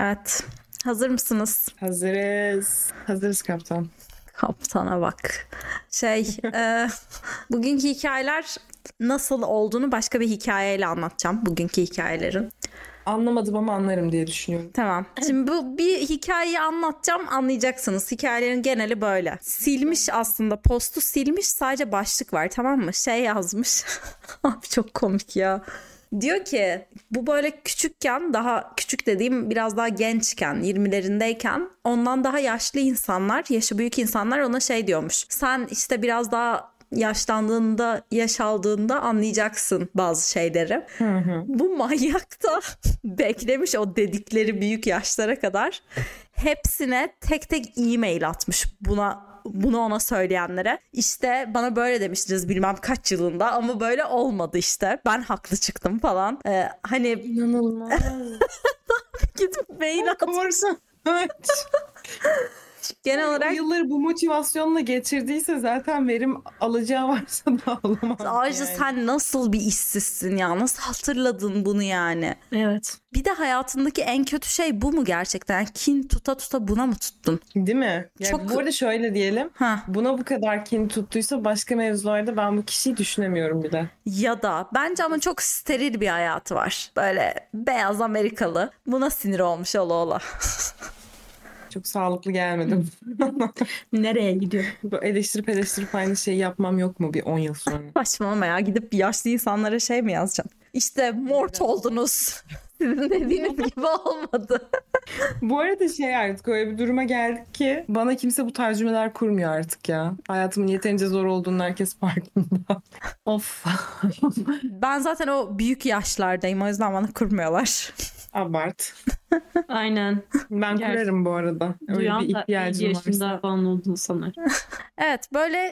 Evet. Hazır mısınız? Hazırız. Hazırız kaptan. Kaptana bak. Bugünkü hikayeler nasıl olduğunu başka bir hikayeyle anlatacağım. Bugünkü hikayelerin. Anlamadım ama anlarım diye düşünüyorum. Tamam. Şimdi bu bir hikayeyi anlatacağım, anlayacaksınız. Hikayelerin geneli böyle. Silmiş aslında. Postu silmiş. Sadece başlık var, tamam mı? Yazmış. Abi çok komik ya. Diyor ki bu böyle küçükken, daha küçük dediğim biraz daha gençken, 20'lerindeyken ondan daha yaşlı insanlar, yaşı büyük insanlar ona diyormuş. Sen işte biraz daha yaşlandığında, yaş aldığında anlayacaksın bazı şeyleri. Bu manyak da beklemiş o dedikleri büyük yaşlara kadar. Hepsine tek tek e-mail atmış bunu ona söyleyenlere. İşte bana böyle demiştiniz bilmem kaç yılında ama böyle olmadı işte. Ben haklı çıktım falan. Hani İnanılmaz. gidip mail atmış. Evet. Genel olarak o yılları bu motivasyonla geçirdiyse zaten verim alacağı varsa da alamaz. Ayrıca sen nasıl bir işsizsin ya? Nasıl hatırladın bunu yani? Evet. Bir de hayatındaki en kötü şey bu mu gerçekten? Kin tuta tuta buna mı tuttun? Değil mi? Yani bu arada şöyle diyelim. Buna bu kadar kin tuttuysa başka mevzularda ben bu kişiyi düşünemiyorum bile. Ya da bence ama çok steril bir hayatı var. Böyle beyaz Amerikalı. Buna sinir olmuş ola. Çok sağlıklı gelmedim. Nereye gidiyor? Eleştirip aynı şeyi yapmam yok mu bir 10 yıl sonra? Saçmalama ya, gidip yaşlı insanlara mi yazacaksın? İşte mort oldunuz. Sizin dediğiniz gibi olmadı. Bu arada artık öyle bir duruma geldik ki bana kimse bu tarz cümleler kurmuyor artık ya. Hayatımın yeterince zor olduğunu herkes farkında. Of. Ben zaten o büyük yaşlardayım, o yüzden bana kurmuyorlar. Abart. Aynen. Ben kurarım bu arada. Öyle Duyan bir da 50 ihtiyacım yaşında varsa. falan olduğunu sanır. Evet, böyle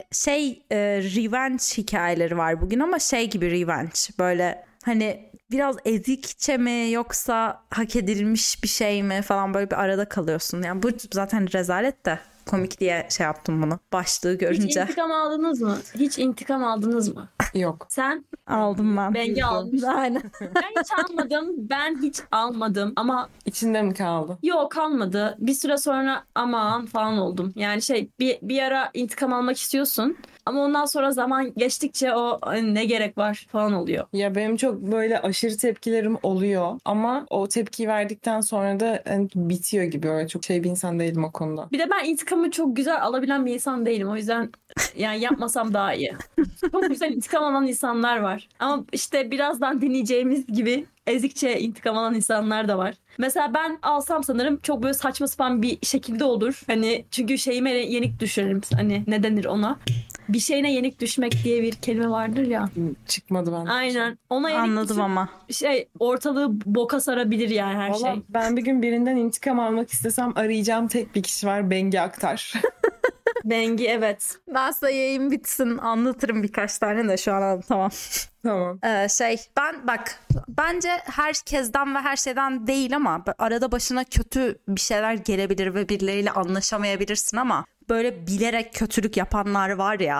revenge hikayeleri var bugün ama gibi revenge. Böyle hani biraz ezikçe mi yoksa hak edilmiş bir şey mi falan, böyle bir arada kalıyorsun. Yani bu zaten rezalet de komik diye yaptım bunu başlığı görünce. Hiç intikam aldınız mı? Hiç intikam aldınız mı? Yok. Sen? Aldım ben. Bengi almış. Aynen. Ben hiç almadım. Ben hiç almadım ama İçinde mi kaldı? yok, kalmadı. Bir süre sonra aman falan oldum. Yani bir ara intikam almak istiyorsun ama ondan sonra zaman geçtikçe o ne gerek var falan oluyor. Ya benim çok böyle aşırı tepkilerim oluyor ama o tepkiyi verdikten sonra da bitiyor gibi, öyle çok bir insan değilim o konuda. Bir de ben intikamı çok güzel alabilen bir insan değilim. O yüzden yani yapmasam daha iyi. Çok güzel intikam alan insanlar var. Ama işte birazdan dinleyeceğimiz gibi ezikçe intikam alan insanlar da var. Mesela ben alsam sanırım çok böyle saçma sapan bir şekilde olur. Hani çünkü şeyime yenik düşerim. Hani ne denir ona? Bir şeyine yenik düşmek diye bir kelime vardır ya. Çıkmadı benden. Aynen. Ona yenik Anladım düşüp ama. Ortalığı boka sarabilir yani her Vallahi şey. ben bir gün birinden intikam almak istesem arayacağım tek bir kişi var, Bengi Aktar. Bengi, evet. Ben size yayın bitsin anlatırım birkaç tane de şu an anlatamam. Tamam. Ben bak, bence herkesten ve her şeyden değil ama arada başına kötü bir şeyler gelebilir ve birileriyle anlaşamayabilirsin ama böyle bilerek kötülük yapanlar var ya.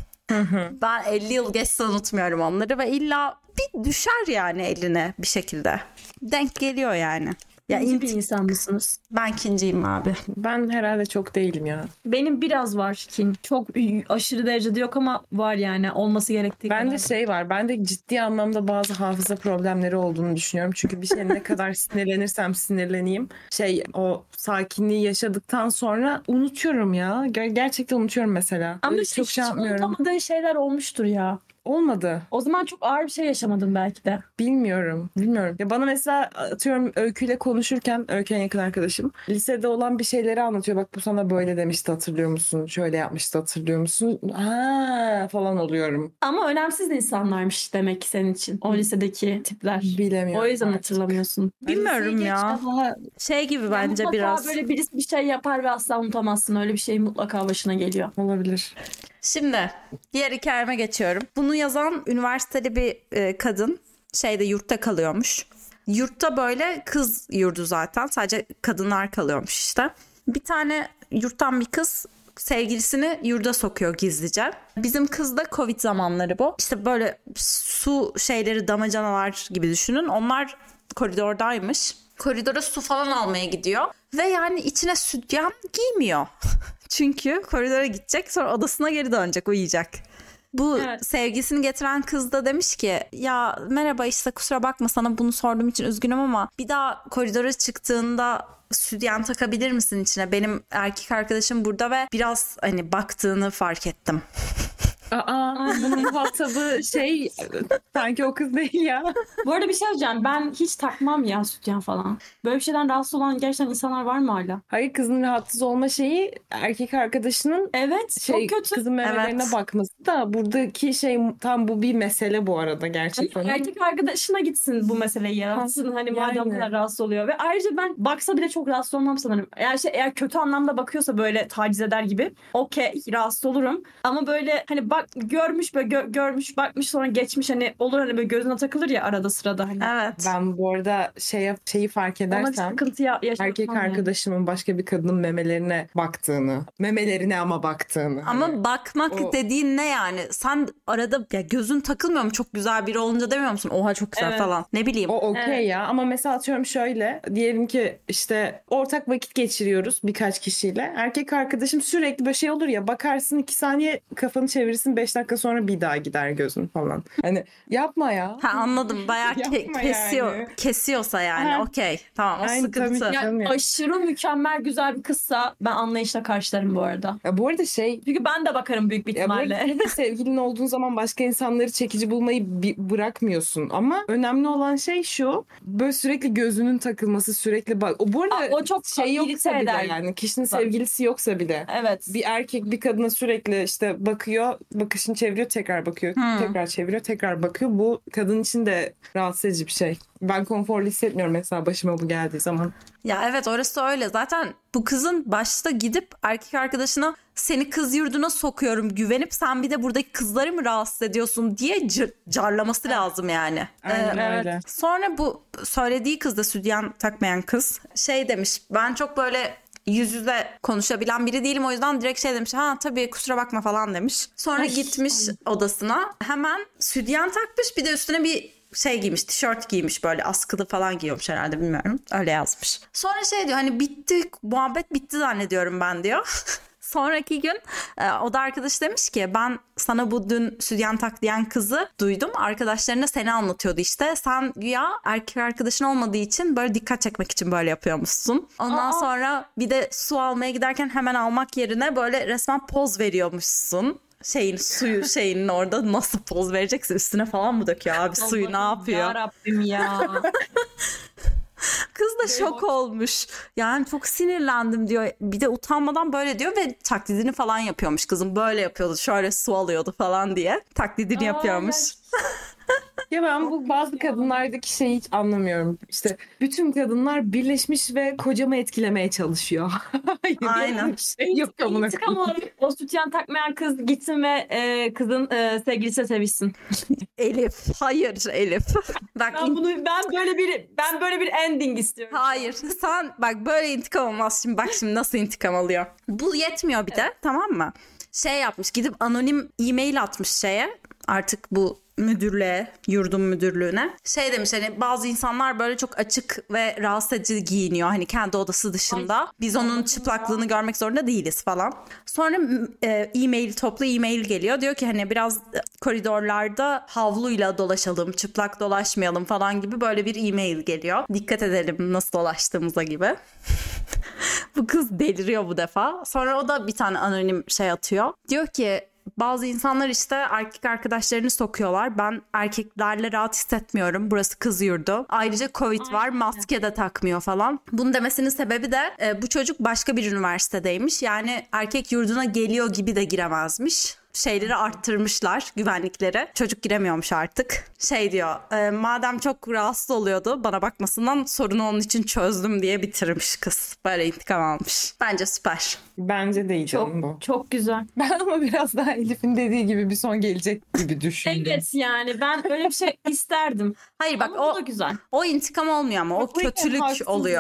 Ben 50 yıl geçse unutmuyorum onları ve illa bir düşer yani eline bir şekilde. Denk geliyor yani. Ya İnci bir insan mısınız? Ben kinciyim abi. Ben herhalde çok değilim ya. Benim biraz var kin. Çok aşırı derecede yok ama var yani, olması gerektiği kadar. Bende var. Bende ciddi anlamda bazı hafıza problemleri olduğunu düşünüyorum. Çünkü bir şeye ne kadar sinirlenirsem sinirleneyim. O sakinliği yaşadıktan sonra unutuyorum ya. Gerçekten unutuyorum mesela. Ama çok hiç yapmıyorum. unutamadığın şeyler olmuştur ya. Olmadı. O zaman çok ağır bir şey yaşamadın belki de. Bilmiyorum. Ya bana mesela atıyorum Öykü'yle konuşurken, Öykü en yakın arkadaşım, lisede olan bir şeyleri anlatıyor. Bak bu sana böyle demişti, hatırlıyor musun? Şöyle yapmıştı, hatırlıyor musun? Ha falan oluyorum. Ama önemsiz insanlarmış demek ki senin için. O lisedeki tipler. Bilemiyorum. O yüzden artık hatırlamıyorsun. Bilmiyorum ya. Gibi bence mutlaka biraz. böyle birisi bir şey yapar ve asla unutamazsın. Öyle bir şey mutlaka başına geliyor. Olabilir. Şimdi diğer hikayeme geçiyorum. Bunu yazan üniversiteli bir kadın yurtta kalıyormuş. Yurtta böyle kız yurdu zaten. Sadece kadınlar kalıyormuş işte. Bir tane yurttan bir kız sevgilisini yurda sokuyor gizlice. Bizim kız da Covid zamanları bu. İşte böyle su damacanalar gibi düşünün. Onlar koridordaymış. koridora su falan almaya gidiyor. Ve yani içine sütyen giymiyor. Çünkü koridora gidecek, sonra odasına geri dönecek, uyuyacak. Bu sevgisini getiren kız da demiş ki ya merhaba işte kusura bakma sana bunu sorduğum için üzgünüm ama bir daha koridora çıktığında sütyen takabilir misin içine? Benim erkek arkadaşım burada ve biraz hani baktığını fark ettim. Bunun muhatabı sanki o kız değil ya. Bu arada bir şey söyleyeceğim. Ben hiç takmam ya sütyen falan. Böyle bir şeyden rahatsız olan gerçekten insanlar var mı hala? Hayır, kızın rahatsız olma şeyi erkek arkadaşının Evet, çok kötü. kızın memelerine bakması da buradaki tam bu bir mesele bu arada gerçekten. Hani erkek arkadaşına gitsin bu meseleyi yaratsın. Hani madem bu kadar rahatsız oluyor. Ve ayrıca ben baksa bile çok rahatsız olmam sanırım. Eğer kötü anlamda bakıyorsa böyle taciz eder gibi okey rahatsız olurum. Ama böyle hani görmüş böyle görmüş bakmış sonra geçmiş hani olur hani böyle gözüne takılır ya arada sırada hani. Evet. Ben bu arada şeyi fark edersem erkek arkadaşımın başka bir kadının memelerine baktığını. Ama hani. bakmak dediğin ne yani? Sen arada ya gözün takılmıyor mu çok güzel biri olunca demiyor musun? Oha çok güzel falan. Ne bileyim. O okey ya ama mesela atıyorum şöyle diyelim ki işte ortak vakit geçiriyoruz birkaç kişiyle. Erkek arkadaşım sürekli böyle şey olur ya bakarsın 2 saniye kafanı çevirirsin 5 dakika sonra bir daha gider gözün falan. Hani yapma ya. Anladım. Bayağı kesiyor. Yani. Kesiyorsa yani okey. Tamam o Aynen, sıkıntı. Yani aşırı mükemmel güzel bir kızsa ben anlayışla karşılarım bu arada. Ya bu arada çünkü ben de bakarım büyük bir ihtimalle. Sevgilin olduğun zaman başka insanları çekici bulmayı bırakmıyorsun ama önemli olan şey şu böyle sürekli gözünün takılması sürekli bak. O bu arada o çok yoksa bile yani kişinin sevgilisi yoksa bile. Evet. Bir erkek bir kadına sürekli işte bakıyor, bakışını çeviriyor, tekrar bakıyor, tekrar çeviriyor, tekrar bakıyor. Bu kadın için de rahatsız edici bir şey. Ben konforlu hissetmiyorum mesela başıma bu geldiği zaman. Ya evet orası öyle. Zaten bu kızın başta gidip erkek arkadaşına seni kız yurduna sokuyorum güvenip sen bir de buradaki kızları mı rahatsız ediyorsun diye carlaması lazım yani. Aynen öyle. Sonra bu söylediği kız da sütyen takmayan kız demiş ben çok böyle yüz yüze konuşabilen biri değilim o yüzden direkt demiş tabii kusura bakma falan demiş. Sonra gitmiş odasına hemen sütyen takmış bir de üstüne bir giymiş, tişört giymiş böyle askılı falan giyiyormuş herhalde bilmiyorum. Öyle yazmış. Sonra diyor hani bitti muhabbet bitti zannediyorum ben diyor. Sonraki gün o da arkadaş demiş ki ben sana bu dün sütyen tak diyen kızı duydum. Arkadaşlarına seni anlatıyordu işte. Sen güya erkek arkadaşın olmadığı için böyle dikkat çekmek için böyle yapıyormuşsun. Ondan sonra bir de su almaya giderken hemen almak yerine böyle resmen poz veriyormuşsun. Suyu orada nasıl poz vereceksin üstüne falan mı döküyor abi suyu ne yapıyor? Ya Rabbim ya. Kız da şok olmuş. Yani çok sinirlendim diyor. Bir de utanmadan böyle diyor ve taklidini falan yapıyormuş. Kızım böyle yapıyordu. Şöyle su alıyordu falan diye. Taklidini yapıyormuş. Ya ben bu bazı kadınlardaki şeyi hiç anlamıyorum. İşte bütün kadınlar birleşmiş ve kocamı etkilemeye çalışıyor. Aynen. Yok İntikam olarak o sütyen takmayan kız gitsin ve kızın sevgilisiyle sevişsin. Elif. Hayır Elif. Bak ben böyle bir ending istiyorum. Hayır. Sen bak böyle intikam olmaz şimdi. Bak şimdi nasıl intikam alıyor. Bu yetmiyor bir de tamam mı? Yapmış gidip anonim e-mail atmış artık bu müdürlüğe, yurdun müdürlüğüne. Demiş hani bazı insanlar böyle çok açık ve rahatsız edici giyiniyor. Hani kendi odası dışında. Biz onun çıplaklığını görmek zorunda değiliz falan. Sonra toplu e-mail geliyor. Diyor ki hani biraz koridorlarda havluyla dolaşalım, çıplak dolaşmayalım falan gibi böyle bir e-mail geliyor. Dikkat edelim nasıl dolaştığımıza gibi. Bu kız deliriyor bu defa. Sonra o da bir tane anonim atıyor. Diyor ki bazı insanlar işte erkek arkadaşlarını sokuyorlar. Ben erkeklerle rahat hissetmiyorum. Burası kız yurdu. Ayrıca Covid var. Maske de takmıyor falan. Bunu demesinin sebebi de bu çocuk başka bir üniversitedeymiş. Yani erkek yurduna geliyor gibi de giremezmiş. Arttırmışlar güvenlikleri. Çocuk giremiyormuş artık. Diyor madem çok rahatsız oluyordu bana bakmasından sorunu onun için çözdüm diye bitirmiş kız. Böyle intikam almış. Bence süper. Bence değil canım bu. Çok güzel. Ben ama biraz daha Elif'in dediği gibi bir son gelecek gibi düşündüm. Evet yani ben öyle bir şey isterdim. Hayır bak ama o da güzel. O intikam olmuyor ama o kötülük oluyor.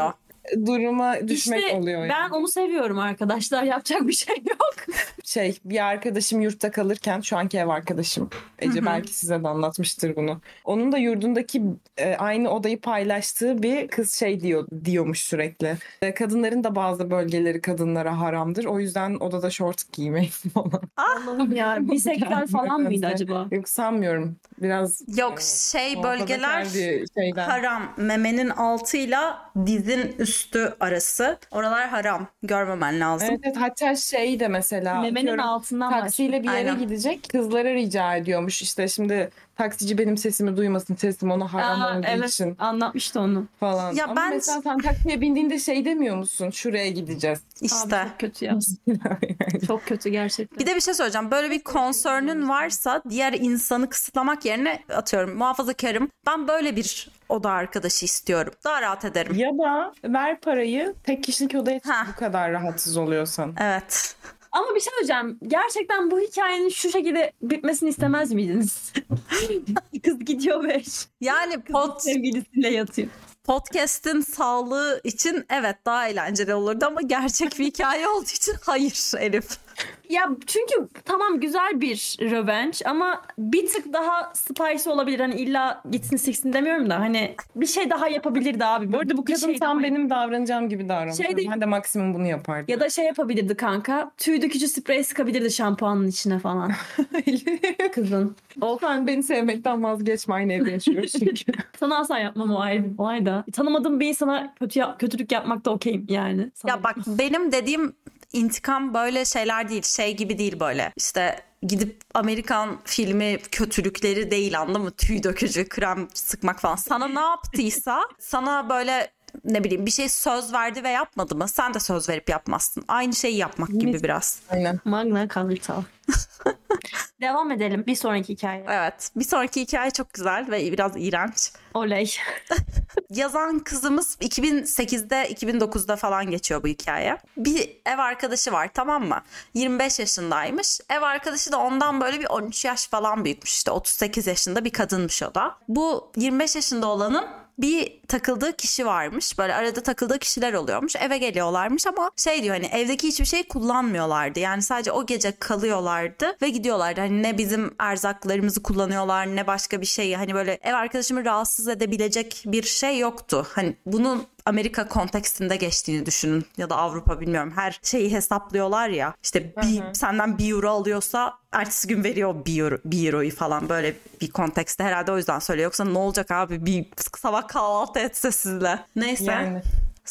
duruma düşmek İşte oluyor yani. ben onu seviyorum arkadaşlar. Yapacak bir şey yok. Bir arkadaşım yurtta kalırken, şu anki ev arkadaşım Ece, belki size de anlatmıştır bunu. Onun da yurdundaki aynı odayı paylaştığı bir kız diyormuş sürekli. Kadınların da bazı bölgeleri kadınlara haramdır. O yüzden odada şort giymeyin falan. Allah'ım ya. Biseksüel falan mıydı acaba? Yok, sanmıyorum. Biraz Yok bölgeler muhafazakar bir şeyden. haram. Memenin altıyla dizin üstü arası. Oralar haram. Görmemen lazım. Evet, hatta de mesela Memenin atıyorum, altından taksiyle bir yere Aynen. gidecek, kızlara rica ediyormuş. İşte şimdi taksici benim sesimi duymasın, sesim ona haram olduğu Evet, için anlatmıştı onu. falan. Ya Ama ben- mesela sen taksiye bindiğinde demiyor musun? Şuraya gideceğiz. İşte. Abi çok kötü ya. Çok kötü gerçekten. Bir de bir şey söyleyeceğim. Böyle bir concern'ün varsa diğer insanı kısıtlamak yerine atıyorum muhafazakarım. Ben böyle bir oda arkadaşı istiyorum. Daha rahat ederim. Ya da ver parayı, tek kişilik odaya çık, Ha. bu kadar rahatsız oluyorsan. Evet. Ama bir şey söyleyeceğim. Gerçekten bu hikayenin şu şekilde bitmesini istemez miydiniz? Kız gidiyor ve Yani sevgilisiyle yatıyor. podcast'in sağlığı için evet daha eğlenceli olurdu ama gerçek bir hikaye olduğu için hayır Elif. Ya çünkü tamam güzel bir revenge ama bir tık daha spicy olabilir. Hani illa gitsin siksin demiyorum da hani bir şey daha yapabilirdi abi. Bu arada bu Bir kadın şey tam daha- benim davranacağım gibi davranıyor. Şey değil- Ben de maksimum bunu yapardım. Ya da şey yapabilirdi kanka. Tüy dökücü sprey sıkabilirdi şampuanın içine falan. Kızın. Olsan beni sevmekten vazgeçme, aynı evde yaşıyoruz çünkü. Sana asla yapmam o ayrı. O ayda. Tanımadığım bir insana kötülük yapmakta okeyim yani. Sana Ya bak benim dediğim intikam böyle şeyler değil. Şey gibi değil böyle. İşte gidip Amerikan filmi kötülükleri değil, anladın mı? Tüy dökücü krem sıkmak falan. Sana ne yaptıysa sana böyle ne bileyim bir şey söz verdi ve yapmadı mı? Sen de söz verip yapmazsın. Aynı şeyi yapmak gibi biraz. Aynen. Magna Carta. Devam edelim bir sonraki hikaye. Evet. Bir sonraki hikaye çok güzel ve biraz iğrenç. Oley. Yazan kızımız 2008'de 2009'da falan geçiyor bu hikaye. Bir ev arkadaşı var, tamam mı? 25 yaşındaymış. Ev arkadaşı da ondan böyle bir 13 yaş falan büyükmüş. İşte 38 yaşında bir kadınmış o da. Bu 25 yaşında olanın bir takıldığı kişi varmış. Böyle arada takıldığı kişiler oluyormuş. Eve geliyorlarmış ama diyor hani evdeki hiçbir şey kullanmıyorlardı. Yani sadece o gece kalıyorlardı ve gidiyorlardı. Hani ne bizim erzaklarımızı kullanıyorlar ne başka bir şey. Hani böyle ev arkadaşımı rahatsız edebilecek bir şey yoktu. Hani bunun Amerika kontekstinde geçtiğini düşünün ya da Avrupa, bilmiyorum. Her şeyi hesaplıyorlar ya. İşte senden 1 euro alıyorsa ertesi gün veriyor 1 euroyu falan, böyle bir kontekste herhalde o yüzden söylüyor. Yoksa ne olacak abi, bir sabah kahvaltı etse sizle. Neyse. Yani.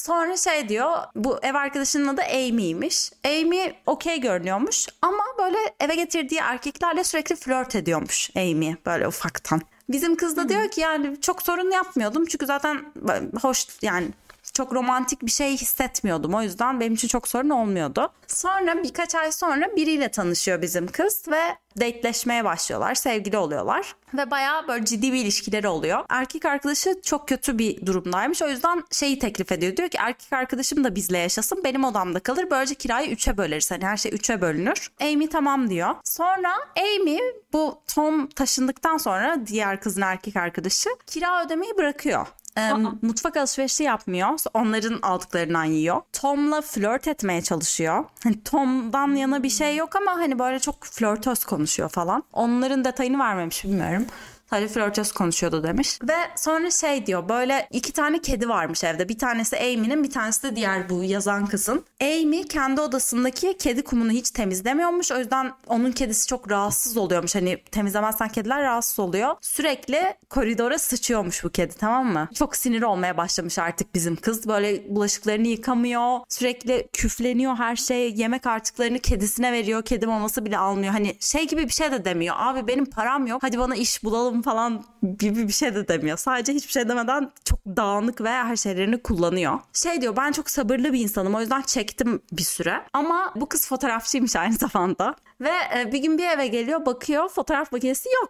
Sonra diyor, bu ev arkadaşının adı Amy'ymiş. Amy okey görünüyormuş ama böyle eve getirdiği erkeklerle sürekli flört ediyormuş Amy böyle ufaktan. Bizim kız da diyor ki yani çok sorun yapmıyordum çünkü zaten hoş, yani çok romantik bir şey hissetmiyordum. O yüzden benim için çok sorun olmuyordu. Sonra birkaç ay sonra biriyle tanışıyor bizim kız ve dateleşmeye başlıyorlar. Sevgili oluyorlar. Ve bayağı böyle ciddi bir ilişkileri oluyor. Erkek arkadaşı çok kötü bir durumdaymış. O yüzden teklif ediyor. Diyor ki erkek arkadaşım da bizle yaşasın. Benim odamda kalır. Böylece kirayı 3'e böleriz. Hani her şey 3'e bölünür. Amy tamam diyor. Sonra Amy bu Tom taşındıktan sonra diğer kızın erkek arkadaşı kira ödemeyi bırakıyor. Mutfak alışverişi yapmıyor. Onların aldıklarından yiyor. Tom'la flört etmeye çalışıyor. Hani Tom'dan yana bir şey yok ama hani böyle çok flörtöz konuşuyor falan. Onların detayını vermemiş, bilmiyorum. Sadece flörtöz konuşuyordu demiş. Ve sonra diyor, böyle 2 tane kedi varmış evde. Bir tanesi Amy'nin, bir tanesi de diğer bu yazan kızın. Amy kendi odasındaki kedi kumunu hiç temizlemiyormuş. O yüzden onun kedisi çok rahatsız oluyormuş. Hani temizlemezsen kediler rahatsız oluyor. Sürekli koridora sıçıyormuş bu kedi, tamam mı? Çok sinir olmaya başlamış artık bizim kız. Böyle bulaşıklarını yıkamıyor. Sürekli küfleniyor her şey. Yemek artıklarını kedisine veriyor. Kedi maması bile almıyor. Hani gibi bir şey de demiyor. Abi benim param yok. Hadi bana iş bulalım falan gibi bir şey de demiyor. Sadece hiçbir şey demeden çok dağınık ve her şeylerini kullanıyor. Diyor, ben çok sabırlı bir insanım. O yüzden çektim bir süre. Ama bu kız fotoğrafçıymış aynı zamanda. Ve bir gün bir eve geliyor, bakıyor, fotoğraf makinesi yok.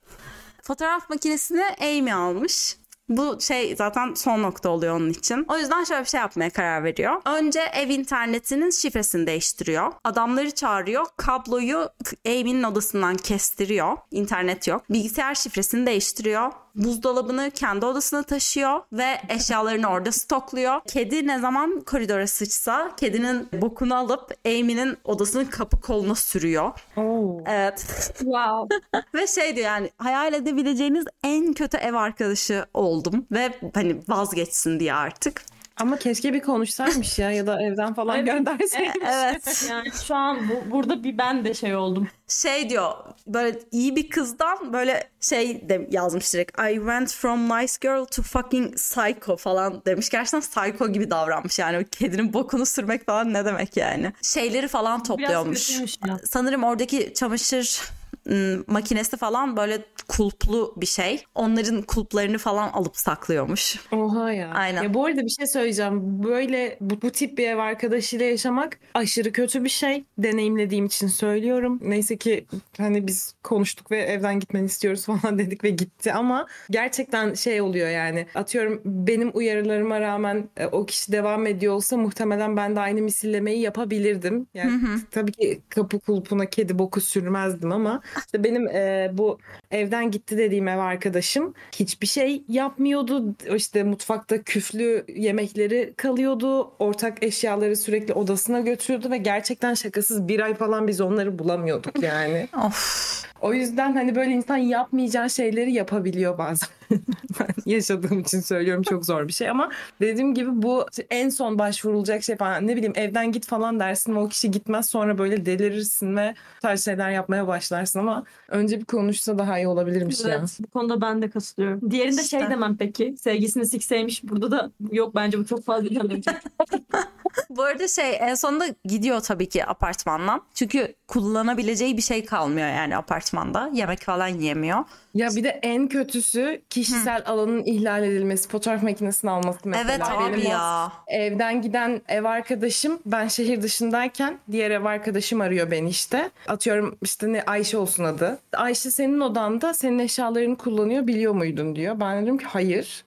Fotoğraf makinesini Amy almış. Bu zaten son nokta oluyor onun için. O yüzden şöyle bir şey yapmaya karar veriyor. Önce ev internetinin şifresini değiştiriyor. Adamları çağırıyor. Kabloyu Amy'nin odasından kestiriyor. İnternet yok. Bilgisayar şifresini değiştiriyor. Buzdolabını kendi odasına taşıyor ve eşyalarını orada stokluyor. Kedi ne zaman koridora sıçsa kedinin bokunu alıp Amy'nin odasının kapı koluna sürüyor. Oo. Evet. Wow. Ve şey diyor yani hayal edebileceğiniz en kötü ev arkadaşı oldum ve hani vazgeçsin diye artık. Ama keşke bir konuşsaymış ya da evden falan Evet. gönderseymiş. Evet. Yani şu an burada bir ben de şey oldum. Şey diyor böyle iyi bir kızdan böyle şey de yazmış direkt. I went from nice girl to fucking psycho falan demiş. Gerçekten psycho gibi davranmış yani. O kedinin bokunu sürmek falan ne demek yani. Şeyleri falan Biraz topluyormuş. kötüymüş ya. Sanırım oradaki çamaşır makinesi falan böyle kulplu bir şey. Onların kulplarını falan alıp saklıyormuş. Oha ya. Aynen. Ya bu arada bir şey söyleyeceğim. Böyle bu tip bir ev arkadaşıyla yaşamak aşırı kötü bir şey. Deneyimlediğim için söylüyorum. Neyse ki hani biz konuştuk ve evden gitmeni istiyoruz falan dedik ve gitti ama gerçekten şey oluyor yani. Atıyorum benim uyarılarıma rağmen o kişi devam ediyor olsa muhtemelen ben de aynı misillemeyi yapabilirdim. Yani tabii ki kapı kulpuna kedi boku sürmezdim ama işte benim bu evden gitti dediğim ev arkadaşım hiçbir şey yapmıyordu. İşte mutfakta küflü yemekleri kalıyordu. Ortak eşyaları sürekli odasına götürüyordu ve gerçekten şakasız bir ay falan biz onları bulamıyorduk yani. Of. O yüzden hani böyle insan yapmayacağı şeyleri yapabiliyor bazen. Ben yaşadığım için söylüyorum, çok zor bir şey ama dediğim gibi bu en son başvurulacak şey falan, ne bileyim evden git falan dersin ve o kişi gitmez, sonra böyle delirirsin ve bu tarz şeyler yapmaya başlarsın ama önce bir konuşsa daha iyi olabilirmiş ya. Evet, bu konuda ben de katılıyorum. Diğerinde İşte. şey demem peki. Sevgisini sikseymiş. Burada da yok, bence bu çok fazla ilerleyecek. Bu arada şey en sonunda gidiyor tabii ki apartmandan. Çünkü kullanabileceği bir şey kalmıyor yani apartmanda. Yemek falan yiyemiyor. Ya bir de en kötüsü kişisel alanın ihlal edilmesi, fotoğraf makinesini alması mesela. Evet abi Benim ya. evden giden ev arkadaşım, ben şehir dışındayken diğer ev arkadaşım arıyor beni işte. Atıyorum işte ne, Ayşe olsun adı. Ayşe senin odanda senin eşyalarını kullanıyor, biliyor muydun diyor. Ben dedim ki hayır.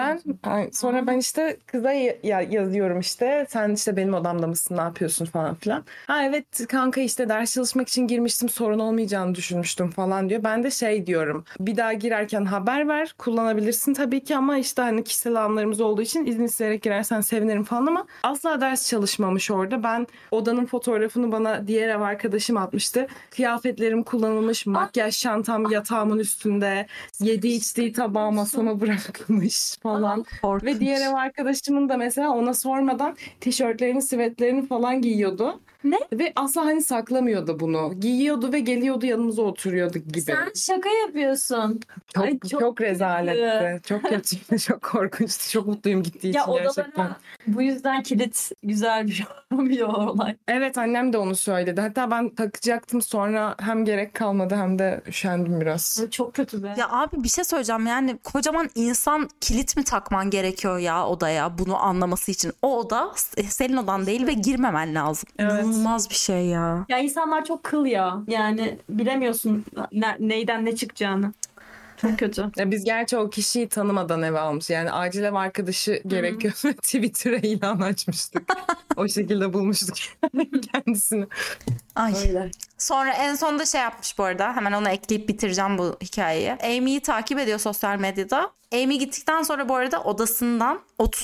Sonra ben işte kıza yazıyorum işte, sen işte benim odamda mısın, ne yapıyorsun falan filan. Ha evet kanka işte ders çalışmak için girmiştim, sorun olmayacağını düşünmüştüm falan diyor. Ben de şey diyorum, bir daha girerken haber ver, kullanabilirsin tabii ki ama işte hani kişisel alanlarımız olduğu için izin isteyerek girersen sevinirim falan, ama asla ders çalışmamış orada. Ben odanın fotoğrafını bana diğer ev arkadaşım atmıştı. Kıyafetlerim kullanılmış, makyaj çantam yatağımın üstünde, yediği içtiği tabağı masama bırakmış falan. Korkunç. Ve diğer ev arkadaşımın da mesela ona sormadan tişörtlerini, sivetlerini falan giyiyordu. Ne? Ve asla hani saklamıyordu bunu. Giyiyordu ve geliyordu yanımıza oturuyordu gibi. Sen şaka yapıyorsun. Çok, Ay, çok rezaletti. Çok kötü. Çok korkunçtu. Çok mutluyum gittiği Ya için gerçekten. odalarına bu yüzden kilit güzel bir olay. Evet, annem de onu söyledi. Hatta ben takacaktım, sonra hem gerek kalmadı hem de üşendim biraz. Çok kötü be. Ya abi bir şey söyleyeceğim, yani kocaman insan kilit mi takman gerekiyor ya odaya bunu anlaması için? O oda senin odan değil ve girmemen lazım. Evet. İnanılmaz bir şey ya. Ya insanlar çok kıl ya. Yani bilemiyorsun neyden ne çıkacağını. Çok kötü. Ya biz gerçi o kişiyi tanımadan eve almış. Yani acil ev arkadaşı gerekiyor. Twitter'a ilan açmıştık. O şekilde bulmuştuk kendisini. Ay. Öyle. Sonra en sonunda şey yapmış bu arada. Hemen onu ekleyip bitireceğim bu hikayeyi. Amy'yi takip ediyor sosyal medyada. Amy gittikten sonra bu arada odasından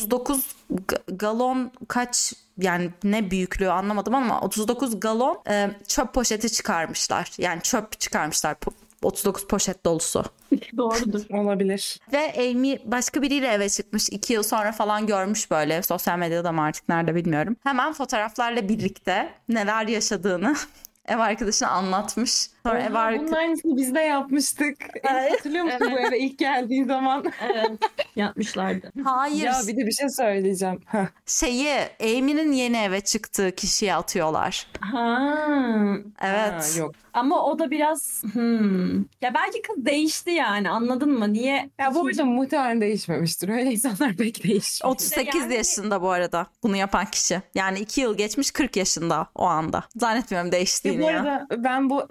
39 galon kaç, yani ne büyüklüğü anlamadım ama 39 galon çöp poşeti çıkarmışlar. Yani çöp çıkarmışlar. 39 poşet dolusu. Doğrudur. Olabilir. Ve Amy başka biriyle eve çıkmış. 2 yıl sonra falan görmüş böyle. Sosyal medyada mı artık nerede bilmiyorum. Hemen fotoğraflarla birlikte neler yaşadığını ev arkadaşına anlatmış. Sonra ev Bunun aynısını biz de yapmıştık. Hatırlıyor musun bu eve ilk geldiğin zaman? Evet. Yapmışlardı. Hayır. Ya bir de bir şey söyleyeceğim. Şeyi Amy'nin yeni eve çıktığı kişiye atıyorlar. Evet. Ha, yok. Ama o da biraz ya belki kız değişti yani, anladın mı? Niye? Ya bu arada muhtemelen değişmemiştir. Öyle insanlar pek değişmiyor. 38 Yani- yaşında bu arada bunu yapan kişi. Yani 2 yıl geçmiş, 40 yaşında o anda. Zannetmiyorum değiştiğini Bu ya. arada ben bu eski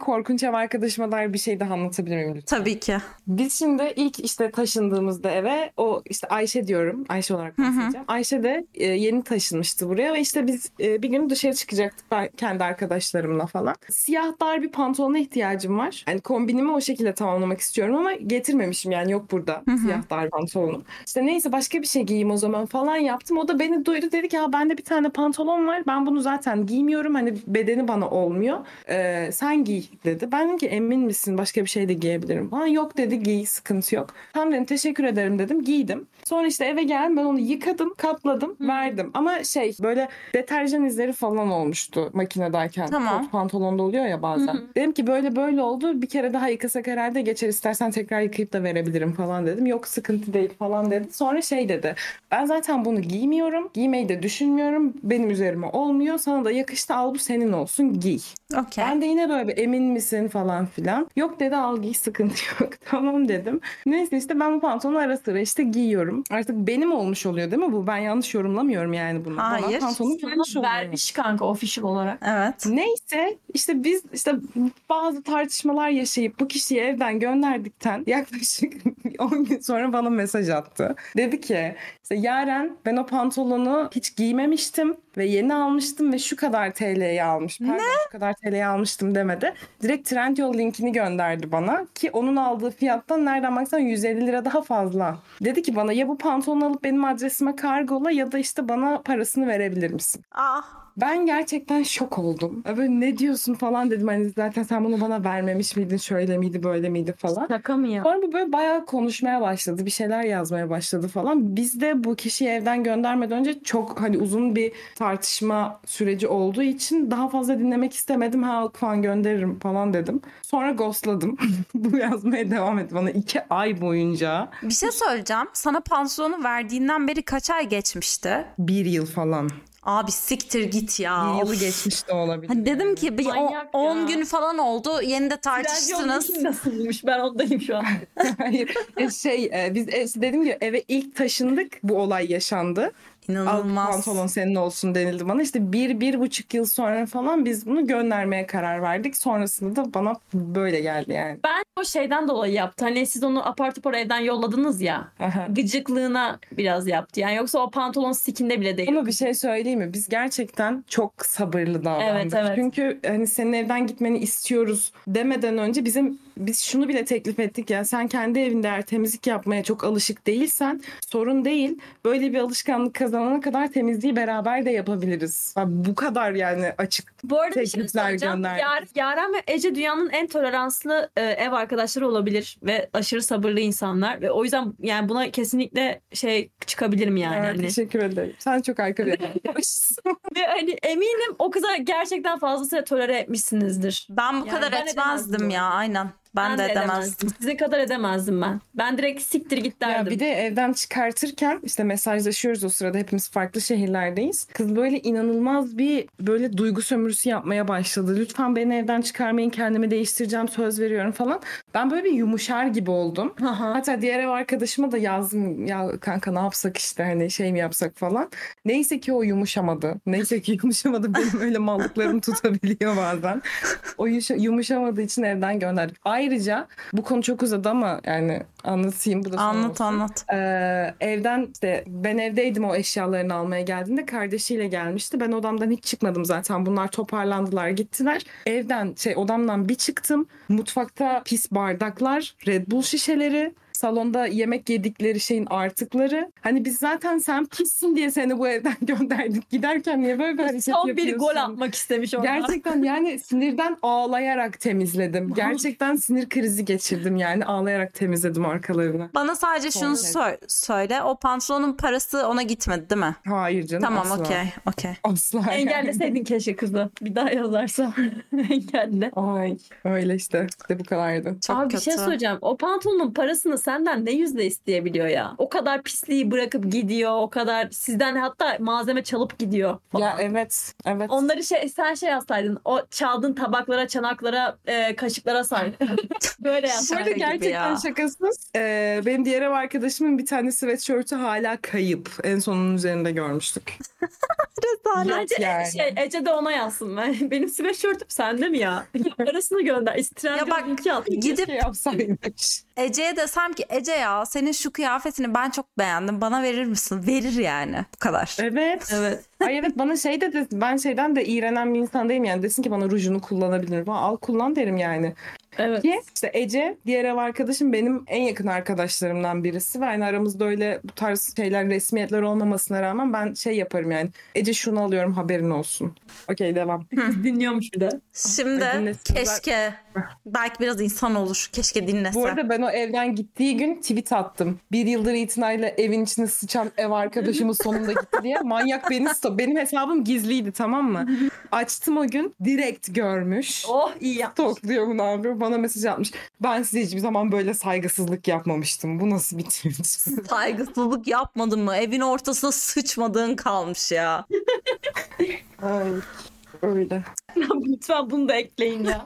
korkunç ev arkadaşıma dair bir şey daha anlatabilir miyim lütfen? Tabii ki. Biz şimdi ilk işte taşındığımızda eve o işte Ayşe diyorum. Ayşe olarak bahsedeceğim. Ayşe de yeni taşınmıştı buraya ve işte biz bir gün dışarı çıkacaktık ben kendi arkadaşlarımla falan. Siyah dar bir pantolona ihtiyacım var. Yani kombinimi o şekilde tamamlamak istiyorum ama getirmemişim yani yok burada siyah dar pantolonum. İşte neyse başka bir şey giyeyim o zaman falan yaptım. O da beni duydu dedi ki ya bende bir tane pantolon var. Ben bunu zaten giymiyorum. Hani bedeni bana olmuyor. Sen giy dedi. Ben dedim ki emin misin? Başka bir şey de giyebilirim. Ha yok dedi giy sıkıntı yok. Tamam dedim teşekkür ederim dedim. Giydim. Sonra işte eve geldim ben onu yıkadım, katladım, verdim. Ama böyle deterjan izleri falan olmuştu makinedeyken. Tamam. Kot pantolonda oluyor ya bazen. Dedim ki böyle oldu. Bir kere daha yıkasak herhalde geçer. İstersen tekrar yıkayıp da verebilirim falan dedim. Yok sıkıntı değil falan dedi. Sonra dedi. Ben zaten bunu giymiyorum. Giymeyi de düşünmüyorum. Benim üzerime olmuyor. Sana da yakıştı al bu senin olsun giy. Okey. Ben de yine böyle emin misin falan filan. Yok dedi al giy sıkıntı yok. Tamam dedim. Neyse işte ben bu pantolonu ara sıra işte giyiyorum. Artık benim olmuş oluyor değil mi bu? Ben yanlış yorumlamıyorum yani bunu. Hayır. Bana pantolonu vermiş oluyor. Vermiş kanka official olarak. Evet. Neyse işte biz işte bazı tartışmalar yaşayıp bu kişiyi evden gönderdikten yaklaşık 10 gün sonra bana mesaj attı. Dedi ki işte Yaren ben o pantolonu hiç giymemiştim ve yeni almıştım ve şu kadar TL'ye almış. Pardon şu kadar TL'ye almıştım demedi. Direkt Trendyol linkini gönderdi bana ki onun aldığı fiyattan nereden baksan 150 lira daha fazla. Dedi ki bana ya bu pantolonu alıp benim adresime kargola ya da işte bana parasını verebilir misin? Ben gerçekten şok oldum. Böyle ne diyorsun falan dedim. Hani zaten sen bunu bana vermemiş miydin? Şöyle miydi böyle miydi falan. Şaka mı ya? Sonra bu böyle bayağı konuşmaya başladı. Bir şeyler yazmaya başladı falan. Biz de bu kişiyi evden göndermeden önce çok hani uzun bir tartışma süreci olduğu için daha fazla dinlemek istemedim. Ha falan gönderirim falan dedim. Sonra ghostladım. Bu yazmaya devam etti bana 2 ay boyunca. Bir şey söyleyeceğim. Sana pantolonu verdiğinden beri kaç ay geçmişti? 1 yıl falan. Abi siktir git ya. 1 yılı Of. geçmiş de olabilir. Hani dedim ki bir Manyak 10 ya. gün falan oldu. Yeni de Trendyol tartıştınız. linki nasılmış? Ben oradayım şu an. Hayır. Biz dedim ki eve ilk taşındık bu olay yaşandı. Al İnanılmaz. pantolon senin olsun denildi bana. İşte 1,5 yıl sonra falan biz bunu göndermeye karar verdik. Sonrasında da bana böyle geldi yani. Ben o şeyden dolayı yaptı. Hani siz onu apar topar evden yolladınız ya. Aha. Gıcıklığına biraz yaptı. Yani yoksa o pantolon sikinde bile değil. Ama bir şey söyleyeyim mi? Biz gerçekten çok sabırlı davrandık. Evet. Çünkü hani senin evden gitmeni istiyoruz demeden önce biz şunu bile teklif ettik ya. Sen kendi evinde eğer temizlik yapmaya çok alışık değilsen sorun değil. Böyle bir alışkanlık kazanana kadar temizliği beraber de yapabiliriz. Bu kadar yani açık. Bu arada bir şey Teklifler söyleyeceğim. gönderdik. Yaren ve Ece dünyanın en toleranslı ev arkadaşları olabilir ve aşırı sabırlı insanlar ve o yüzden yani buna kesinlikle çıkabilirim yani. Evet, Hani. teşekkür ederim. Sen çok arkadaşsın. Ve hani eminim o kıza gerçekten fazlasıyla tolere etmişsinizdir. Ben bu Yani kadar ben etmezdim edemezdim ya. Aynen. Ben de edemezdim. Sizin kadar edemezdim ben. Ben direkt siktir git derdim. Ya bir de evden çıkartırken işte mesajlaşıyoruz o sırada hepimiz farklı şehirlerdeyiz. Kız böyle inanılmaz bir böyle duygu sömürüsü yapmaya başladı. Lütfen beni evden çıkarmayın kendimi değiştireceğim söz veriyorum falan. Ben böyle bir yumuşar gibi oldum. Aha. Hatta diğer ev arkadaşıma da yazdım ya kanka ne yapsak işte hani şey mi yapsak falan. Neyse ki o yumuşamadı. Benim öyle mallıklarım tutabiliyor bazen. O yumuşamadığı için evden gönderdik. Ayrıca bu konu çok uzadı ama yani anlatayım. Bu da son olsun. Anlat. Evden işte ben evdeydim o eşyalarını almaya geldiğinde kardeşiyle gelmişti. Ben odamdan hiç çıkmadım zaten. Bunlar toparlandılar gittiler. Evden odamdan bir çıktım. Mutfakta pis bardaklar, Red Bull şişeleri, salonda yemek yedikleri şeyin artıkları. Hani biz zaten sen pissin diye seni bu evden gönderdik. Giderken niye böyle bir hareket Son yapıyorsun? bir gol atmak istemiş orada. Gerçekten yani sinirden ağlayarak temizledim. Gerçekten sinir krizi geçirdim yani ağlayarak temizledim arkalarını. Bana sadece şunu söyle. O pantolonun parası ona gitmedi değil mi? Hayır canım Tamam asla. okey. Asla. yani. Engelleseydin keşke kızı. Bir daha yazarsa engelle. Ay öyle işte. İşte bu kadardı. Çok Abi bir kötü. şey söyleyeceğim. O pantolonun parasını senden ne yüzde isteyebiliyor ya? O kadar pisliği bırakıp gidiyor. O kadar sizden hatta malzeme çalıp gidiyor falan. Ya evet. Onları sen yazsaydın. O çaldığın tabaklara, çanaklara, kaşıklara say. Böyle Bu arada yazsaydın. gibi gerçekten ya. şakasız. Benim diğer ev arkadaşımın bir tane sweatshirt'ü hala kayıp. En sonunun üzerinde görmüştük. Rezalet. Bence Ece de ona yazsın. Benim sweatshirt'üm sende mi ya? Arasını gönder. Ya bak, gidip Keşke yapsaymış. Ece'ye desem ki Ece ya senin şu kıyafetini ben çok beğendim, bana verir misin? Verir yani, bu kadar. Evet. Evet. Ay evet, bana ben şeyden de iğrenen bir insan değilim yani. Desin ki bana rujunu kullanabilir mi? Al kullan derim yani. Evet. Ki işte Ece diğer ev arkadaşım benim en yakın arkadaşlarımdan birisi ve yani aramızda öyle bu tarz şeyler, resmiyetler olmamasına rağmen ben şey yaparım yani. Ece şunu alıyorum, haberin olsun. Okey, devam. Dinliyormuş bir de. Şimdi Ay, dinlesin. keşke belki biraz insan olur. Keşke dinlese. Bu arada ben o evden gittiği gün tweet attım. Bir yıldır itinayla evin içine sıçan ev arkadaşımın sonunda gitti diye. Manyak beni benim hesabım gizliydi, tamam mı? Açtım o gün, direkt görmüş. Oh, iyi yapmış. Tokluyor bunu abi. Bana mesaj atmış. Ben size hiçbir zaman böyle saygısızlık yapmamıştım. Bu nasıl bir tweet? Saygısızlık yapmadın mı? Evin ortasına sıçmadığın kalmış ya. Ay, öyle. Lütfen bunu da ekleyin ya.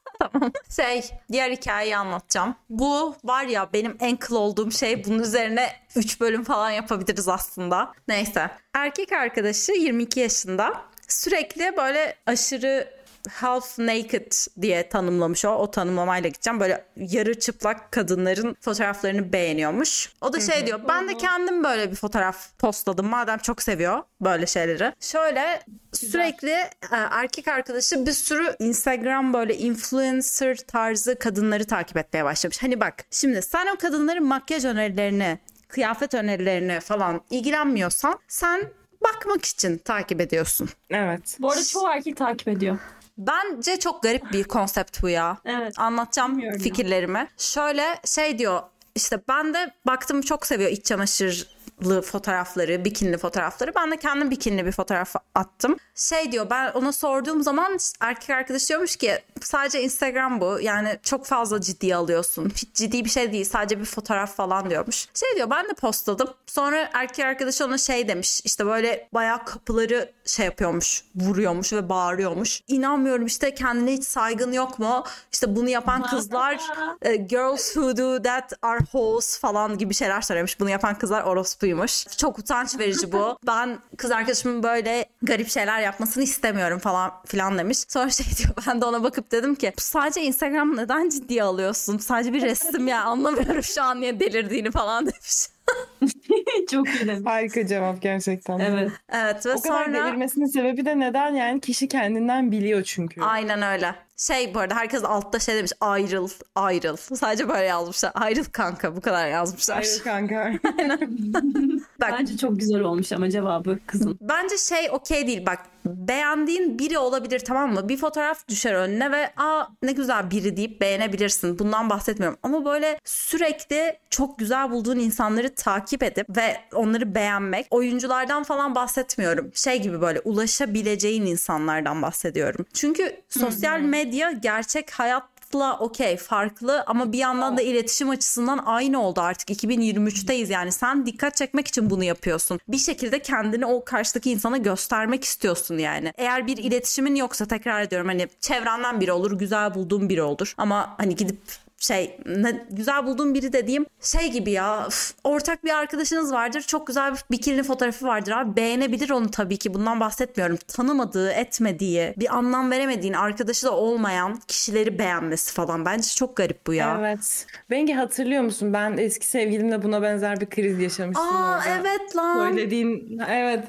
Diğer hikayeyi anlatacağım. Bu var ya, benim en kıl olduğum şey. Bunun üzerine 3 bölüm falan yapabiliriz aslında. Neyse. Erkek arkadaşı 22 yaşında. Sürekli böyle aşırı half naked diye tanımlamış o. O tanımlamayla gideceğim. Böyle yarı çıplak kadınların fotoğraflarını beğeniyormuş. O da şey diyor. Ben de kendim böyle bir fotoğraf postladım. Madem çok seviyor böyle şeyleri. Şöyle sürekli erkek arkadaşı bir sürü Instagram böyle influencer tarzı kadınları takip etmeye başlamış. Hani bak şimdi sen o kadınların makyaj önerilerini, kıyafet önerilerini falan ilgilenmiyorsan sen bakmak için takip ediyorsun. Evet. Bu arada çoğu erkek takip ediyor. Bence çok garip bir konsept bu ya. Evet. Anlatacağım Bilmiyorum ya. fikirlerimi. Şöyle şey diyor, işte ben de baktım çok seviyor iç çamaşırlı fotoğrafları, bikinili fotoğrafları. Ben de kendim bikinili bir fotoğraf attım. Şey diyor, ben ona sorduğum zaman erkek arkadaş diyormuş ki sadece Instagram bu. Yani çok fazla ciddiye alıyorsun. Hiç ciddi bir şey değil, sadece bir fotoğraf falan diyormuş. Şey diyor, ben de postladım. Sonra erkek arkadaşı ona şey demiş, işte böyle bayağı kapıları şey yapıyormuş, vuruyormuş ve bağırıyormuş. İnanmıyorum işte, kendine hiç saygın yok mu? İşte bunu yapan kızlar girls who do that are hoes falan gibi şeyler söylemiş. Bunu yapan kızlar orospuymuş. Çok utanç verici bu. Ben kız arkadaşımın böyle garip şeyler yapmasını istemiyorum falan filan demiş. Sonra şey diyor, ben de ona bakıp dedim ki sadece Instagram neden ciddiye alıyorsun? Sadece bir resim ya, anlamıyorum şu an niye delirdiğini falan demiş. Çok iyi demiş. Harika cevap gerçekten. Evet. Evet ve O kadar sonra delirmesinin sebebi de neden yani? Kişi kendinden biliyor çünkü. aynen öyle. Şey, bu arada herkes altta şey demiş, ayrıl ayrıl. Sadece böyle yazmışlar. Ayrıl kanka, bu kadar yazmışlar. Hayır kanka. Bak, Bence çok güzel olmuş ama cevabı kızın. bence şey okey değil, bak beğendiğin biri olabilir, tamam mı? Bir fotoğraf düşer önüne ve aa ne güzel biri deyip beğenebilirsin. Bundan bahsetmiyorum. Ama böyle sürekli çok güzel bulduğun insanları takip edip ve onları beğenmek, oyunculardan falan bahsetmiyorum. Şey gibi böyle ulaşabileceğin insanlardan bahsediyorum. Çünkü sosyal medya gerçek hayatla okey farklı ama bir yandan da iletişim açısından aynı oldu artık. 2023'teyiz yani, sen dikkat çekmek için bunu yapıyorsun. Bir şekilde kendini o karşıdaki insana göstermek istiyorsun yani. Eğer bir iletişimin yoksa, tekrar ediyorum, hani çevrenden biri olur, güzel bulduğun biri olur ama hani gidip şey, güzel bulduğum biri dediğim şey gibi ya, ortak bir arkadaşınız vardır, çok güzel bir bikinili fotoğrafı vardır abi, beğenebilir onu tabii ki, bundan bahsetmiyorum. Tanımadığı, etmediği, bir anlam veremediğin, arkadaşı da olmayan kişileri beğenmesi falan, bence çok garip bu ya. Evet. Bengi, hatırlıyor musun? Ben eski sevgilimle buna benzer bir kriz yaşamıştım. Aa orada. evet lan. Söylediğin, evet.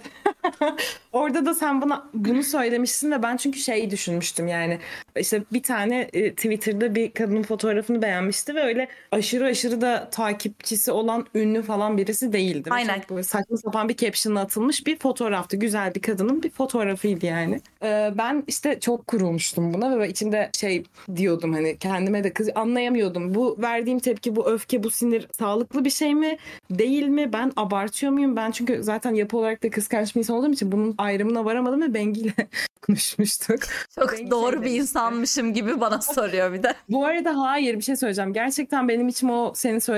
Orada da sen bunu söylemişsin ve ben çünkü şeyi düşünmüştüm yani. İşte bir tane Twitter'da bir kadının fotoğrafını beğenmişti ve öyle aşırı da takipçisi olan ünlü falan birisi değildi. Ve Aynen. çok böyle saçma sapan bir caption'la atılmış bir fotoğraftı. Güzel bir kadının bir fotoğrafıydı yani. Ben işte çok kurulmuştum buna ve içimde şey diyordum, hani kendime de anlayamıyordum. Bu verdiğim tepki, bu öfke, bu sinir sağlıklı bir şey mi? Değil mi? Ben abartıyor muyum? Ben çünkü zaten yapı olarak da kıskanç bir insan olduğum için bunun ayrımına varamadım ve Bengi ile konuşmuştuk. Çok Bengi doğru şey bir demişti. insanmışım gibi bana soruyor bir de. Bu arada hayır, bir şey söyleyeceğim. Gerçekten benim içim o senin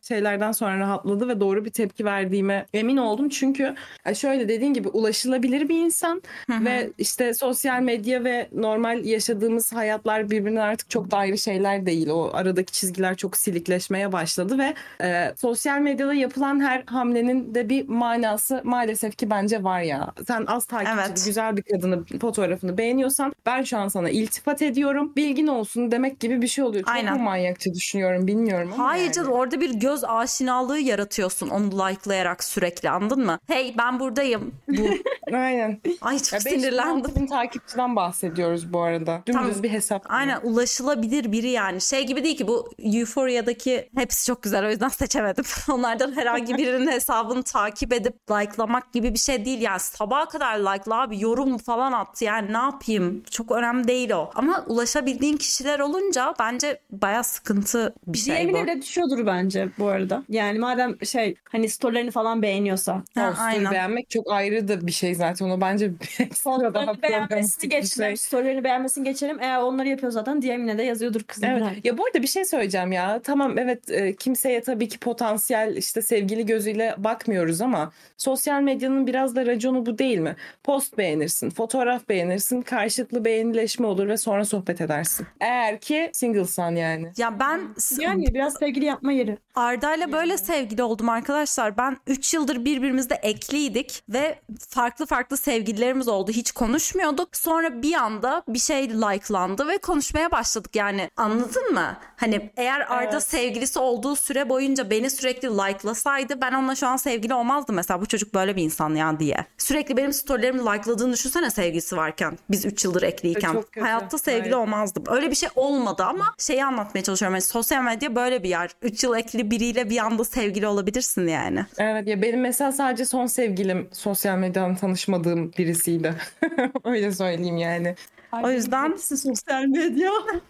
şeylerden sonra rahatladı ve doğru bir tepki verdiğime emin oldum. Çünkü şöyle dediğin gibi ulaşılabilir bir insan ve işte sosyal medya ve normal yaşadığımız hayatlar birbirinden artık çok da ayrı şeyler değil. O aradaki çizgiler çok silikleşmeye başladı ve sosyal medyada yapılan her hamlenin de bir manası maalesef ki bence var ya. Sen az takipçili güzel bir kadının fotoğrafını beğeniyorsan ben şu an sana iltifat ediyorum. Bilgin olsun demek gibi bir şey oluyor. Çok mu manyakça düşünüyorum bilmiyorum ama Hayır yani. canım, orada bir göz aşinalığı yaratıyorsun onu like'layarak sürekli, anladın mı? Hey ben buradayım. Aynen. Ay çok Ya sinirlendim. 500-6 bin takipçiden bahsediyoruz bu arada. Dümdüz bir hesap. Aynen, ulaşılabilir biri yani. Şey gibi değil ki bu Euphoria'daki, hepsi çok güzel o yüzden seçemedim. Onlardan herhangi birinin hesabını takip edip like'lamak gibi bir şey değil yani. Sabaha kadar like'la abi, yorum falan attı yani, ne yapayım? Çok önemli değil o. Ama ulaşabildiğin kişiler olunca bence bayağı sıkıntı bir şey bu. DM'ine bile düşüyordur bence bu arada. Yani madem hani storylerini falan beğeniyorsa. Story beğenmek çok ayrı da bir şey zaten. Onu bence storylerini beğenmesini geçelim. Storylerini beğenmesini geçelim. Eğer onları yapıyor zaten DM'ine de yazıyordur kızım. Evet. Ya bu arada bir şey söyleyeceğim ya. Tamam evet, kimseye tabii ki potansiyel işte sevgili gözüyle bakmıyoruz ama sosyal medyanın biraz da raconu bu değil mi? Post beğenirsin, fotoğraf beğenirsin, karşılıklı beğenileşme olur ve sonra sohbet edersin. Eğer ki singlesan yani. Ya ben yani biraz sevgili yapma yeri. Arda'yla böyle sevgili oldum arkadaşlar. Ben 3 yıldır birbirimizle ekliydik ve farklı farklı sevgililerimiz oldu. Hiç konuşmuyorduk. Sonra bir anda bir şey like'landı ve konuşmaya başladık yani. Anladın mı? Hani eğer Arda sevgilisi olduğu süre boyunca beni sürekli like'lasaydı ben onunla şu an sevgili olmazdım mesela. Bu çocuk böyle bir insan ya diye. Sürekli benim storylerimi like'ladığını düşünsene sevgilisi varken. Biz 3 yıldır ekliyken. Hayatta sevgili olmazdım. Öyle bir şey olmadı ama şeyi anlatmaya çalışıyorum. Yani sosyal medya böyle bir yer. 3 yıl ekli biriyle bir anda sevgili olabilirsin yani. Evet ya, benim mesela sadece son sevgilim sosyal medyadan tanışmadığım birisiydi. Öyle söyleyeyim yani. O yüzden sosyal medya.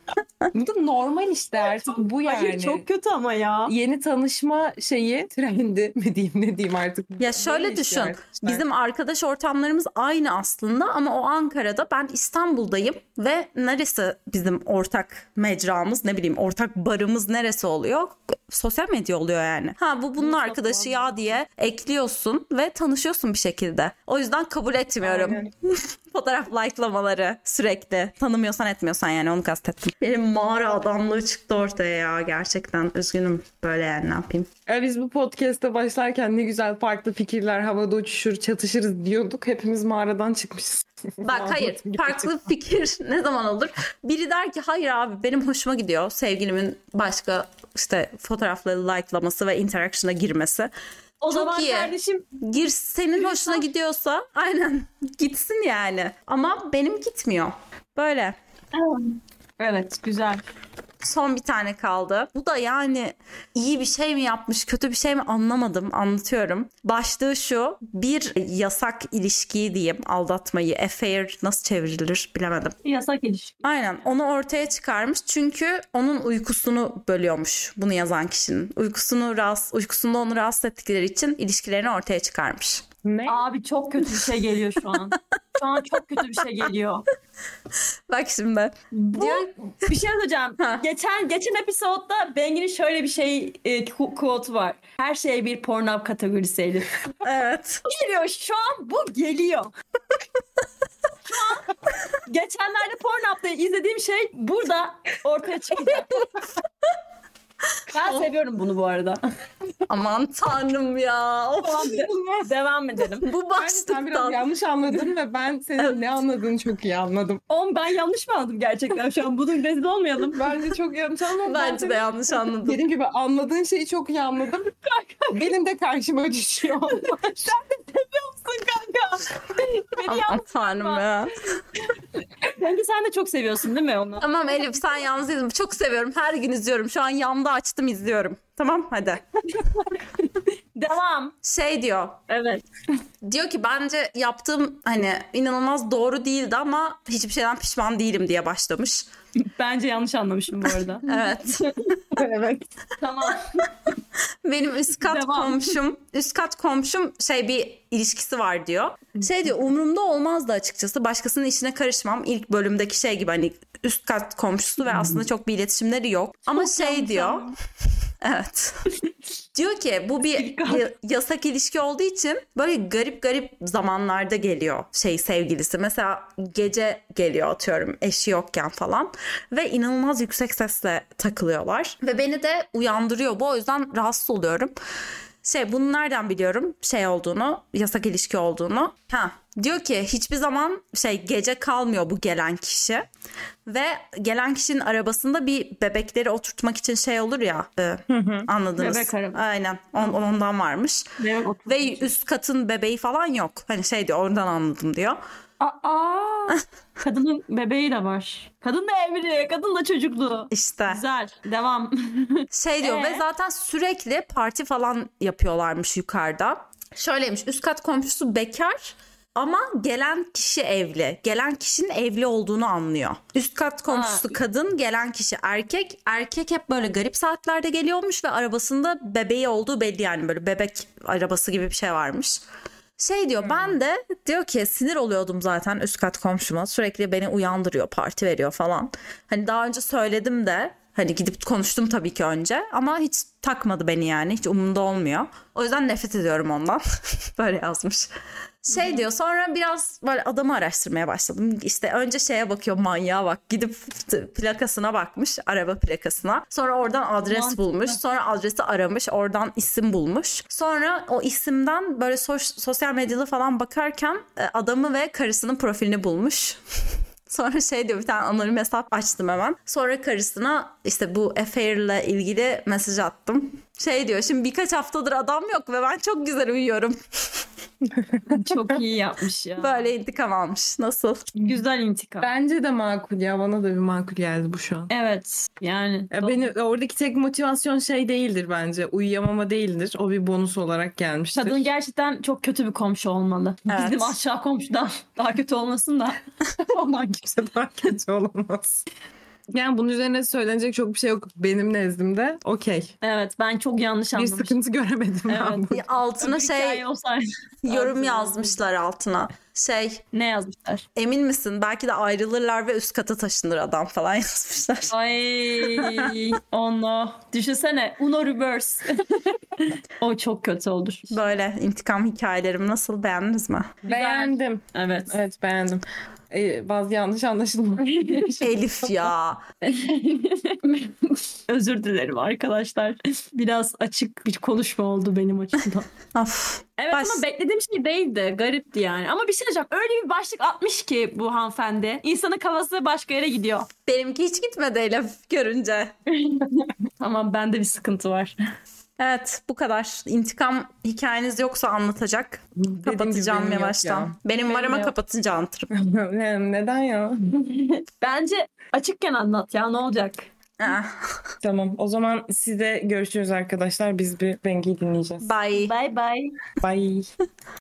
Bu da normal işte artık bu yani. Hayır çok kötü ama ya. Yeni tanışma şeyi trendi mi diyeyim ne diyeyim artık. Ya şöyle düşün. Bizim arkadaş ortamlarımız aynı aslında ama o Ankara'da, ben İstanbul'dayım ve neresi bizim ortak mecramız, ne bileyim ortak barımız neresi oluyor? Sosyal medya oluyor yani. Bu bunun arkadaşı ya diye ekliyorsun ve tanışıyorsun bir şekilde. O yüzden kabul etmiyorum. Fotoğraf like'lamaları sürekli. Tanımıyorsan etmiyorsan yani, onu kastettim. Benim mağara adamlığı çıktı ortaya ya, gerçekten. Üzgünüm böyle yani, ne yapayım. Biz bu podcast'e başlarken ne güzel farklı fikirler havada uçuşur, çatışırız diyorduk. Hepimiz mağaradan çıkmışız. Bak hayır, farklı fikir ne zaman olur? Biri der ki hayır abi benim hoşuma gidiyor sevgilimin başka işte fotoğrafları like'laması ve interaction'a girmesi. O çok zaman iyi. kardeşim Gir, senin hoşuna gidiyorsa aynen gitsin yani. Ama benim gitmiyor. Böyle. evet güzel. Son bir tane kaldı. Bu da yani iyi bir şey mi yapmış, kötü bir şey mi anlamadım. Anlatıyorum. Başlığı şu: bir yasak ilişkiyi diyeyim, aldatmayı, affair nasıl çevrilir bilemedim. Yasak ilişki. Aynen, onu ortaya çıkarmış çünkü onun uykusunu bölüyormuş bunu yazan kişinin. Uykusunda onu rahatsız ettikleri için ilişkilerini ortaya çıkarmış. Ne? Abi çok kötü bir şey geliyor şu an. Şu an çok kötü bir şey geliyor. Bak şimdi. Bir şey söyleyeceğim. Geçen episodda Bengi'nin şöyle bir şey quote var. Her şey bir porno kategorisi Elif. Evet. Geliyor şu an, bu geliyor. Şu an geçenlerde Pornhub'da izlediğim şey burada ortaya çıkacak. Ben seviyorum bunu bu arada. Aman tanrım ya. Devam edelim. Bu Sen başlıktan. biraz yanlış anladın ve ben senin ne anladığını çok iyi anladım. Oğlum ben yanlış mı anladım gerçekten şu an? Bunun rezil olmayalım. Bence çok yanlış anladım. Bence de yanlış anladım. Dediğim gibi anladığın şeyi çok iyi anladım. Benim de karşıma düşüyor. Sen de seviyor musun kanka? Beni Aman tanrım ya. Bence sen de çok seviyorsun değil mi onu? Tamam Elif, sen yalnız izledin. Çok seviyorum. Her gün izliyorum. Şu an yanda açtım izliyorum. Tamam hadi. Devam. Şey diyor. Evet. Diyor ki bence yaptığım hani inanılmaz doğru değildi ama hiçbir şeyden pişman değilim diye başlamış. Bence yanlış anlamışım bu arada. Evet. Evet. Tamam. Benim üst kat komşum bir ilişkisi var diyor. Diyor, umurumda olmazdı açıkçası. Başkasının işine karışmam. İlk bölümdeki şey gibi hani üst kat komşusu ve aslında çok bir iletişimleri yok. Ama diyor. Evet. Diyor ki bu bir yasak ilişki olduğu için böyle garip garip zamanlarda geliyor sevgilisi. Mesela gece geliyor atıyorum eşi yokken falan ve inanılmaz yüksek sesle takılıyorlar. Ve beni de uyandırıyor bu, o yüzden rahatsız oluyorum. Bunu nereden biliyorum olduğunu, yasak ilişki olduğunu? Diyor ki hiçbir zaman gece kalmıyor bu gelen kişi. Ve gelen kişinin arabasında bir bebekleri oturtmak için olur ya, anladınız. Bebek arabası. Aynen ondan varmış. Ve üst katın bebeği falan yok. Hani diyor, oradan anladım diyor. Kadının bebeği de var. Kadın da evli, kadın da çocuklu. İşte. Güzel, devam. Diyor ve zaten sürekli parti falan yapıyorlarmış yukarıda. Şöyleymiş, üst kat komşusu bekar ama gelen kişi evli. Gelen kişinin evli olduğunu anlıyor. Üst kat komşusu kadın, gelen kişi erkek. Erkek hep böyle garip saatlerde geliyormuş ve arabasında bebeği olduğu belli, yani böyle bebek arabası gibi bir şey varmış. Diyor ben de diyor ki sinir oluyordum zaten üst kat komşuma, sürekli beni uyandırıyor, parti veriyor falan. Hani daha önce söyledim de, hani gidip konuştum tabii ki önce ama hiç takmadı beni, yani hiç umurumda olmuyor. O yüzden nefret ediyorum ondan. Böyle yazmış. Diyor sonra biraz böyle adamı araştırmaya başladım. İşte önce bakıyor, manyağa bak, gidip plakasına bakmış, araba plakasına. Sonra oradan adres bulmuş. Sonra adresi aramış, oradan isim bulmuş. Sonra o isimden böyle sosyal medyada falan bakarken adamı ve karısının profilini bulmuş. Sonra diyor, bir tane anonim hesap açtım hemen. Sonra karısına işte bu affair'la ilgili mesaj attım. Diyor şimdi birkaç haftadır adam yok ve ben çok güzel uyuyorum. Çok iyi yapmış ya. Böyle intikam almış. Nasıl? Güzel intikam. Bence de makul ya. Bana da bir makul geldi bu şu an. Evet yani. Ya beni oradaki tek motivasyon değildir bence. Uyuyamama değildir. O bir bonus olarak gelmiştir. Kadın gerçekten çok kötü bir komşu olmalı. Evet. Bizim aşağı komşudan daha kötü olmasın da. Ondan kimse daha kötü olamaz. Yani bunun üzerine söylenecek çok bir şey yok benim nezdimde. Okey. Evet, ben çok yanlış Bir anlamışım. sıkıntı göremedim ben Evet. burada. Altına Hikaye olsaydı. yorum yazmışlar altına. Ne yazmışlar? Emin misin? Belki de ayrılırlar ve üst kata taşınır adam falan yazmışlar. Ay onu. Düşünsene. Uno reverse. O çok kötü olur. Böyle intikam hikayelerim nasıl, beğendiniz mi? Beğendim. Evet. Evet beğendim. Bazı yanlış anlaşılma. Elif ya. Özür dilerim arkadaşlar. Biraz açık bir konuşma oldu benim açımdan. Of. Evet ama beklediğim şey değildi. Garipti yani. Ama bir şey diyeceğim. Öyle bir başlık atmış ki bu hanımefendi. İnsanın kafası başka yere gidiyor. Benimki hiç gitmedi Elif görünce. Tamam, bende bir sıkıntı var. Evet, bu kadar. İntikam hikayeniz yoksa anlatacak. Kapatacağım benim yok yavaştan. ya. Benim var ama yok. kapatınca anlatırım. Neden ya? Bence açıkken anlat ya, ne olacak? Ah, Tamam. O zaman size görüşürüz arkadaşlar. Biz bir Bengi'yi dinleyeceğiz. bye. Bye bye. Bye.